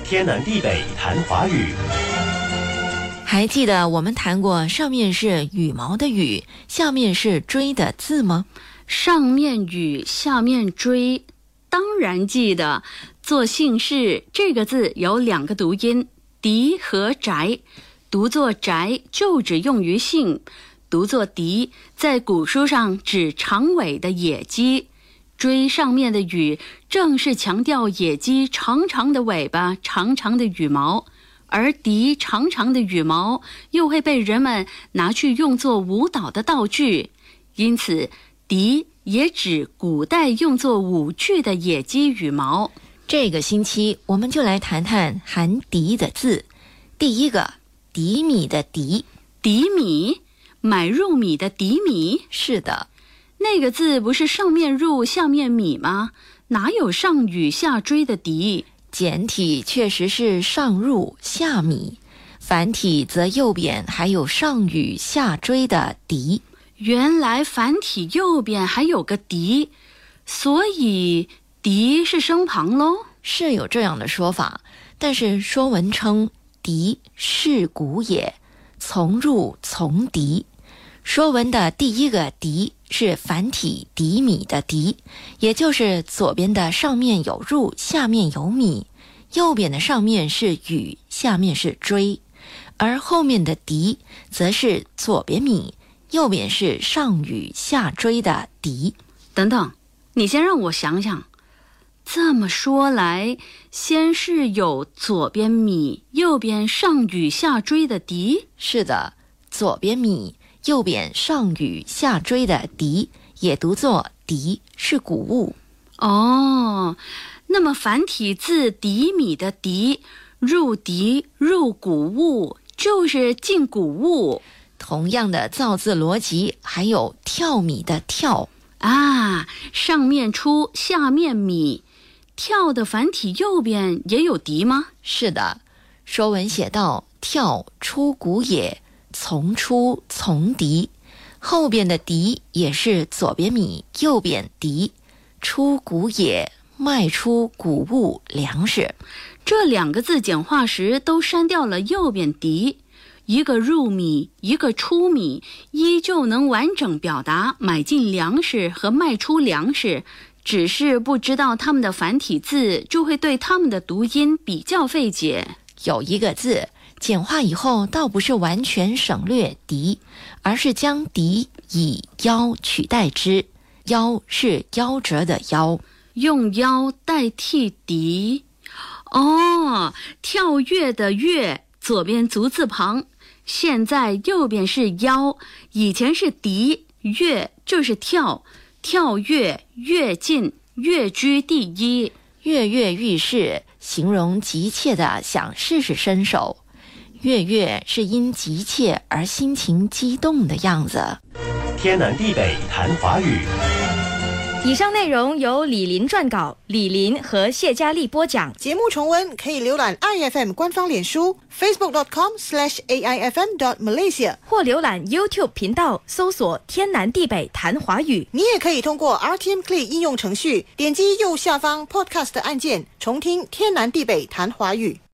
天南地北谈华语。 还记得我们谈过上面是羽毛的羽，下面是锥的字吗？ 上面羽，下面锥，当然记得。做姓氏这个字有2个读音，狄和翟。读作翟就只用于姓，读作狄在古书上指长尾的野鸡。锥上面的羽正是强调野鸡长长的尾巴、长长的羽毛，而笛长长的羽毛又会被人们拿去用作舞蹈的道具，因此笛也指古代用作舞具的野鸡羽毛。 这个星期我们就来谈谈含笛的字。第一个，迪米的迪。 迪米，买入米的迪米？ 是的。 那个字不是上面入下面米吗？哪有上羽下锥的笛？ 简体确实是上入下米，繁体则右边还有上羽下锥的笛。 原来繁体右边还有个笛，所以笛是声旁咯？ 是有这样的说法，但是说文称笛是古也，从入从笛。说文的第一个笛是繁体迪米的笛，也就是左边的上面有入，下面有米，右边的上面是羽，下面是锥，而后面的笛则是左边米，右边是上羽下锥的笛。 等等，你先让我想想。这么说来，先是有左边米，右边上羽下锥的笛？ 是的，左边米，右边上羽下锥的笛，也读作笛，是谷物。 哦，那么繁体字迪米的迪，入笛入谷物，就是进谷物。 同样的造字逻辑，还有跳米的跳啊，上面出下面米，跳的繁体右边也有笛吗？ 是的，说文写道：跳出谷也，从出从笛。后边的笛也是左边米，右边笛。出谷也，卖出谷物粮食。 这2个字简化时都删掉了右边笛，一个入米，一个出米，依旧能完整表达买进粮食和卖出粮食，只是不知道他们的繁体字，就会对他们的读音比较费解。 有一个字简化以后倒不是完全省略笛，而是将笛以腰取代之，腰是夭折的夭， 用腰代替笛。哦，跳跃的跃，左边足字旁，现在右边是腰，以前是笛，跃就是跳，跳跃跃进，跃居第一， 跃跃欲试，形容急切的想试试身手。跃跃是因急切而心情激动的样子。 天南地北谈华语。 以上内容由李林撰稿，李林和谢佳丽播讲。 节目重温可以浏览 IFM 官方脸书 facebook.com/AIFM.Malaysia 或浏览 YouTube 频道，搜索天南地北谈华语。 你也可以通过 RTM Play 应用程序，点击右下方 Podcast 的按键，重听天南地北谈华语。